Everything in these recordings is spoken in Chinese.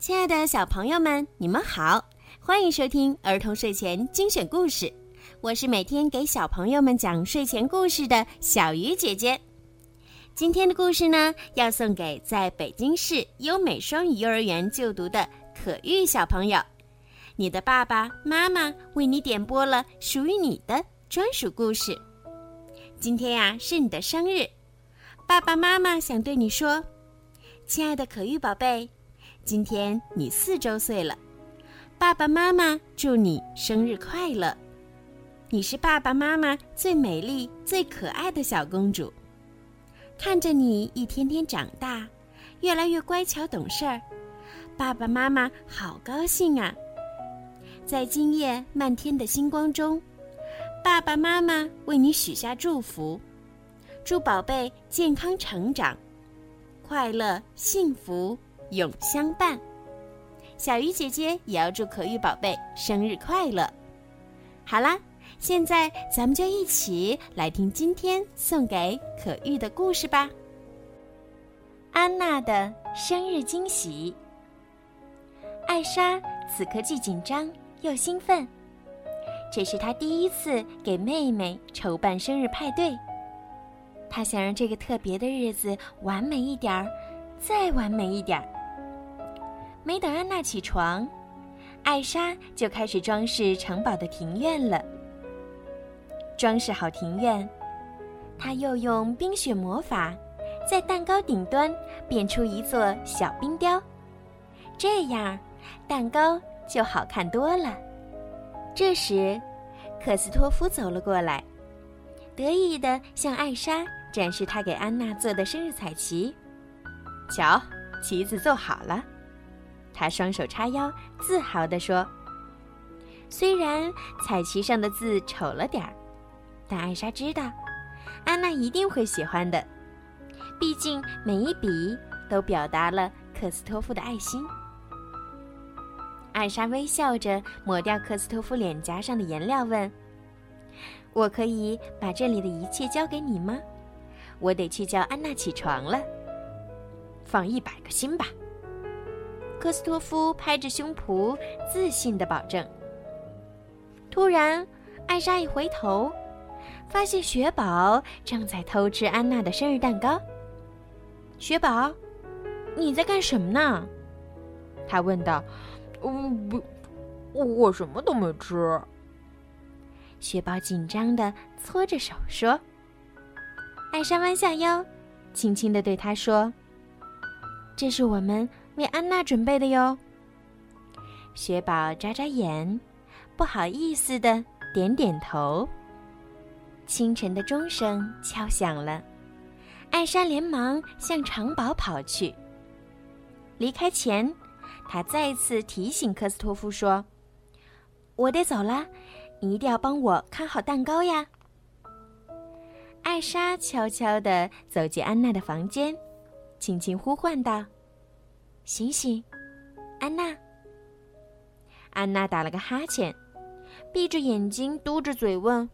亲爱的小朋友们，你们好，欢迎收听儿童睡前精选故事。我是每天给小朋友们讲睡前故事的小鱼姐姐。今天的故事呢，要送给在北京市优美双语幼儿园就读的可玉小朋友。你的爸爸妈妈为你点播了属于你的专属故事。今天呀，是你的生日，爸爸妈妈想对你说，亲爱的可玉宝贝，今天你4周岁了，爸爸妈妈祝你生日快乐。你是爸爸妈妈最美丽、最可爱的小公主。看着你一天天长大，越来越乖巧懂事儿，爸爸妈妈好高兴啊！在今夜漫天的星光中，爸爸妈妈为你许下祝福，祝宝贝健康成长，快乐幸福永相伴。小鱼姐姐也要祝可玉宝贝生日快乐。好啦，现在咱们就一起来听今天送给可玉的故事吧。安娜的生日惊喜。艾莎此刻既紧张又兴奋，这是她第一次给妹妹筹办生日派对。她想让这个特别的日子完美一点儿，再完美一点儿。没等安娜起床，艾莎就开始装饰城堡的庭院了。装饰好庭院，她又用冰雪魔法在蛋糕顶端变出一座小冰雕，这样蛋糕就好看多了。这时克斯托夫走了过来，得意地向艾莎展示他给安娜做的生日彩旗。瞧，旗子做好了。他双手叉腰，自豪地说。虽然彩旗上的字丑了点儿，但艾莎知道安娜一定会喜欢的，毕竟每一笔都表达了克斯托夫的爱心。艾莎微笑着抹掉克斯托夫脸颊上的颜料，问，我可以把这里的一切交给你吗？我得去叫安娜起床了。放100个心吧。克斯托夫拍着胸脯自信地保证。突然艾莎一回头，发现雪宝正在偷吃安娜的生日蛋糕。雪宝，你在干什么呢？他问道。 不，我什么都没吃。 雪宝紧张地搓着手说。艾莎弯下腰，轻轻地对他说，这是我们为安娜准备的哟。雪宝眨眨眼，不好意思地点点头。清晨的钟声敲响了，艾莎连忙向城堡跑去。离开前，她再次提醒科斯托夫说，我得走了，你一定要帮我看好蛋糕呀。艾莎悄悄地走进安娜的房间，轻轻呼唤道，醒醒，安娜。安娜打了个哈欠，闭着眼睛嘟着嘴问，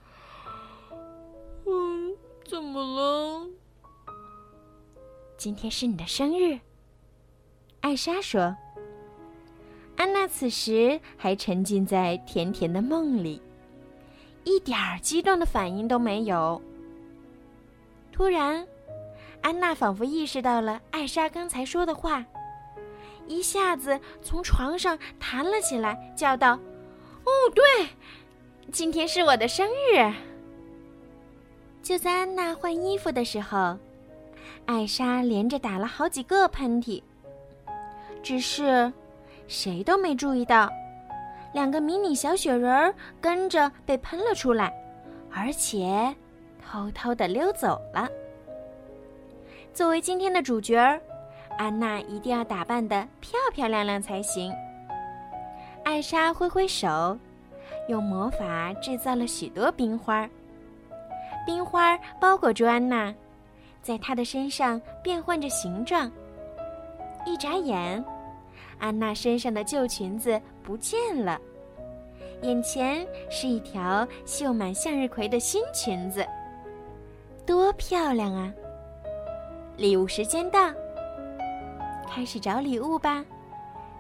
怎么了？ 今天是你的生日，艾莎说。安娜此时还沉浸在甜甜的梦里，一点儿激动的反应都没有。突然，安娜仿佛意识到了艾莎刚才说的话，一下子从床上弹了起来，叫道，哦，对，今天是我的生日。就在安娜换衣服的时候，艾莎连着打了好几个喷嚏，只是谁都没注意到2个迷你小雪人儿跟着被喷了出来，而且偷偷地溜走了。作为今天的主角儿，安娜一定要打扮得漂漂亮亮才行。艾莎挥挥手，用魔法制造了许多冰花，冰花包裹住安娜，在她的身上变换着形状。一眨眼，安娜身上的旧裙子不见了，眼前是一条绣满向日葵的新裙子，多漂亮啊！礼物时间到，开始找礼物吧。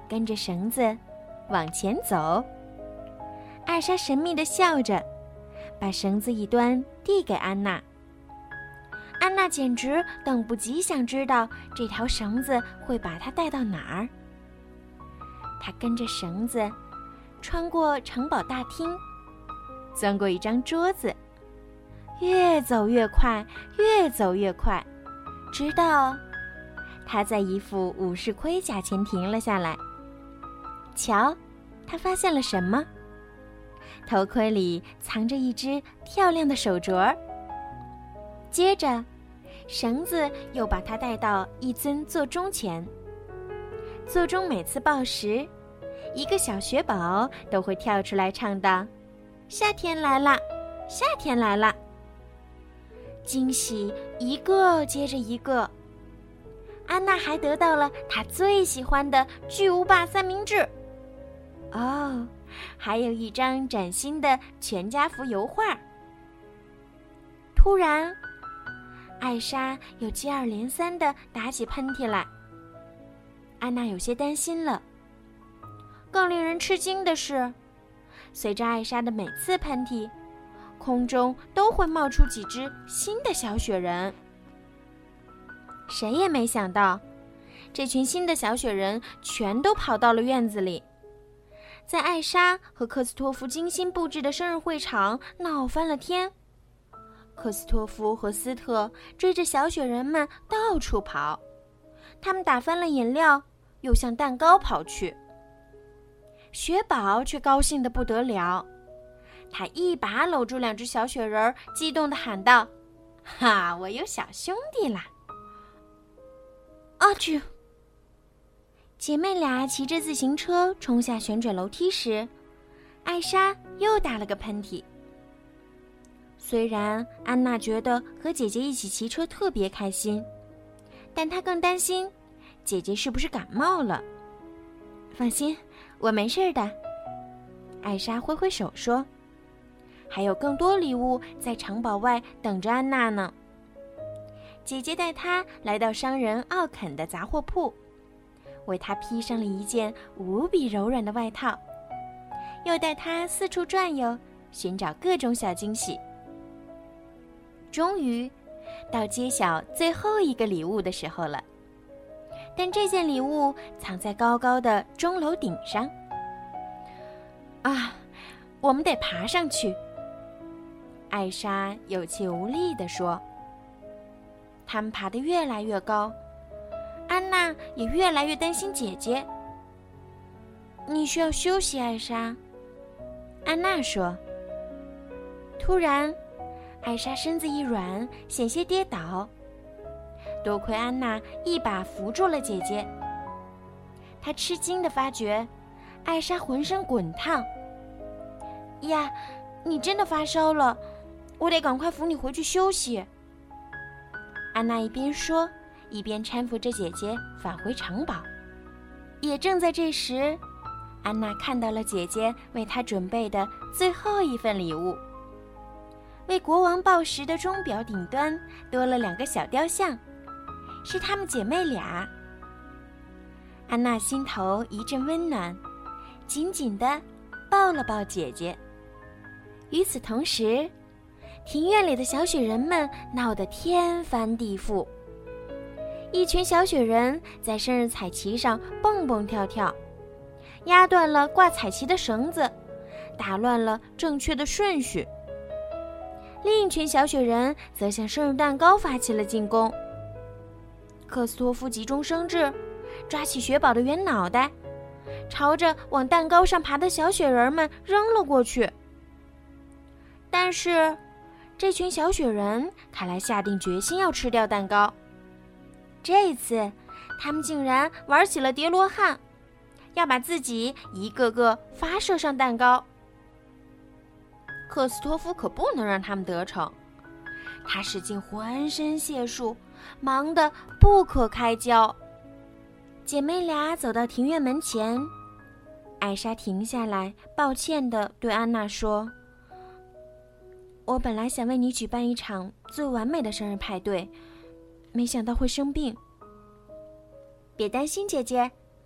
跟着绳子往前走。艾莎神秘地笑着，把绳子一端递给安娜。安娜简直等不及想知道这条绳子会把她带到哪儿。她跟着绳子穿过城堡大厅，钻过一张桌子，越走越快，越走越快，直到她在一副武士盔甲前停了下来。瞧，她发现了什么？头盔里藏着一只漂亮的手镯。接着，绳子又把它带到一尊座钟前。座钟每次报时，一个小雪宝都会跳出来唱道：“夏天来了，夏天来了。”惊喜一个接着一个。安娜还得到了她最喜欢的巨无霸三明治。哦，还有一张崭新的全家福油画。突然，艾莎又接二连三地打起喷嚏来。安娜有些担心了。更令人吃惊的是，随着艾莎的每次喷嚏，空中都会冒出几只新的小雪人。谁也没想到，这群新的小雪人全都跑到了院子里，在艾莎和克斯托夫精心布置的生日会场闹翻了天。克斯托夫和斯特追着小雪人们到处跑，他们打翻了饮料，又向蛋糕跑去。雪宝却高兴得不得了，他一把搂住两只小雪人，激动地喊道：“哈，我有小兄弟啦！”啊啾！姐妹俩骑着自行车冲下旋转楼梯时，艾莎又打了个喷嚏。虽然安娜觉得和姐姐一起骑车特别开心，但她更担心姐姐是不是感冒了。放心，我没事的。艾莎挥挥手说，还有更多礼物在城堡外等着安娜呢。姐姐带她来到商人奥肯的杂货铺，为她披上了一件无比柔软的外套，又带她四处转悠，寻找各种小惊喜。终于到揭晓最后一个礼物的时候了，但这件礼物藏在高高的钟楼顶上。啊，我们得爬上去，艾莎有气无力地说。他们爬得越来越高，安娜也越来越担心姐姐。你需要休息，艾莎，安娜说。突然，艾莎身子一软，险些跌倒。多亏安娜一把扶住了姐姐。她吃惊地发觉，艾莎浑身滚烫。呀，你真的发烧了，我得赶快扶你回去休息。安娜一边说，一边搀扶着姐姐返回城堡。也正在这时，安娜看到了姐姐为她准备的最后一份礼物。为国王报时的钟表顶端多了2个小雕像，是她们姐妹俩。安娜心头一阵温暖，紧紧地抱了抱姐姐。与此同时，庭院里的小雪人们闹得天翻地覆。一群小雪人在生日彩旗上蹦蹦跳跳，压断了挂彩旗的绳子，打乱了正确的顺序。另一群小雪人则向生日蛋糕发起了进攻。克斯托夫急中生智，抓起雪宝的圆脑袋，朝着往蛋糕上爬的小雪人们扔了过去。但是这群小雪人看来下定决心要吃掉蛋糕。这一次，他们竟然玩起了叠罗汉，要把自己一个个发射上蛋糕。克斯托夫可不能让他们得逞，他使尽浑身解数，忙得不可开交。姐妹俩走到庭院门前，艾莎停下来，抱歉地对安娜说：“我本来想为你举办一场最完美的生日派对，没想到会生病。别担心，姐姐，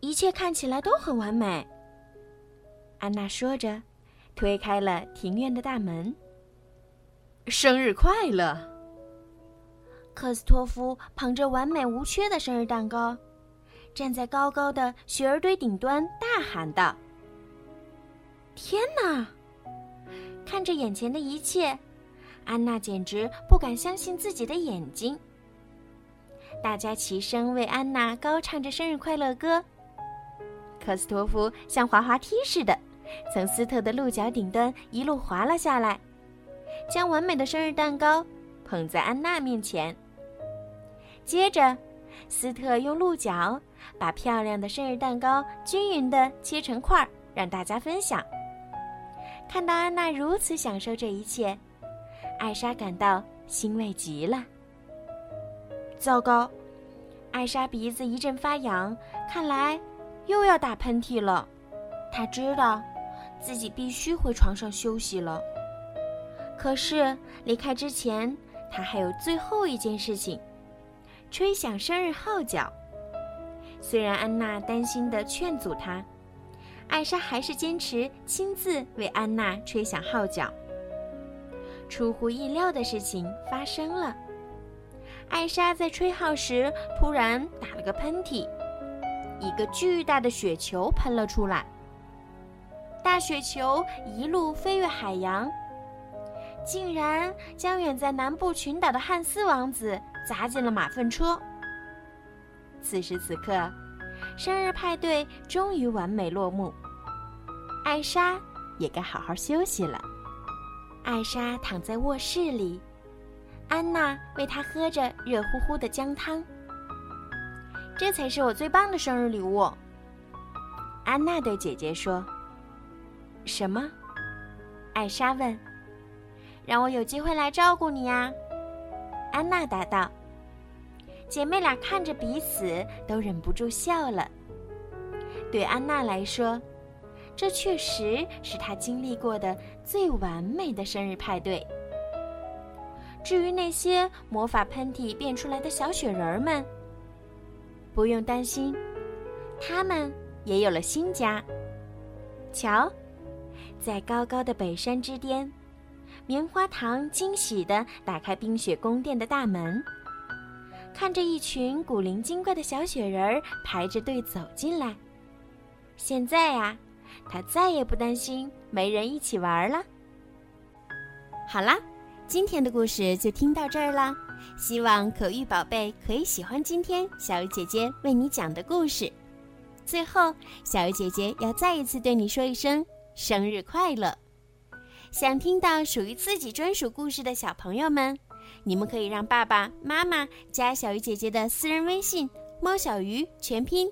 一切看起来都很完美。安娜说着，推开了庭院的大门。 生日快乐！ 克斯托夫捧着完美无缺的生日蛋糕，站在高高的雪儿堆顶端，大喊道：“天哪！”看着眼前的一切，安娜简直不敢相信自己的眼睛。大家齐声为安娜高唱着生日快乐歌。克斯托夫像滑滑梯似的，从斯特的鹿角顶端一路滑了下来，将完美的生日蛋糕捧在安娜面前。接着，斯特用鹿角把漂亮的生日蛋糕均匀地切成块，让大家分享。看到安娜如此享受这一切，艾莎感到欣慰极了。糟糕，艾莎鼻子一阵发痒，看来又要打喷嚏了。她知道自己必须回床上休息了。可是离开之前，她还有最后一件事情，吹响生日号角。虽然安娜担心地劝阻她，艾莎还是坚持亲自为安娜吹响号角。出乎意料的事情发生了，艾莎在吹号时突然打了个喷嚏，一个巨大的雪球喷了出来。大雪球一路飞越海洋，竟然将远在南部群岛的汉斯王子砸进了马粪车。此时此刻，生日派对终于完美落幕，艾莎也该好好休息了。艾莎躺在卧室里，安娜为她喝着热乎乎的姜汤。这才是我最棒的生日礼物，安娜对姐姐说。什么？艾莎问。让我有机会来照顾你呀，安娜答道。姐妹俩看着彼此，都忍不住笑了。对安娜来说，这确实是她经历过的最完美的生日派对。至于那些魔法喷嚏变出来的小雪人们，不用担心，他们也有了新家。瞧，在高高的北山之巅，棉花糖惊喜地打开冰雪宫殿的大门，看着一群古灵精怪的小雪人排着队走进来。现在呀，他再也不担心没人一起玩了。好啦，今天的故事就听到这儿了。希望可玉宝贝可以喜欢今天小鱼姐姐为你讲的故事。最后，小鱼姐姐要再一次对你说一声生日快乐。想听到属于自己专属故事的小朋友们，你们可以让爸爸妈妈加小鱼姐姐的私人微信猫小鱼全拼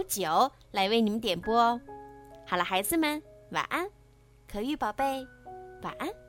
99来为你们点播哦。好了，孩子们，晚安，可玉宝贝，晚安。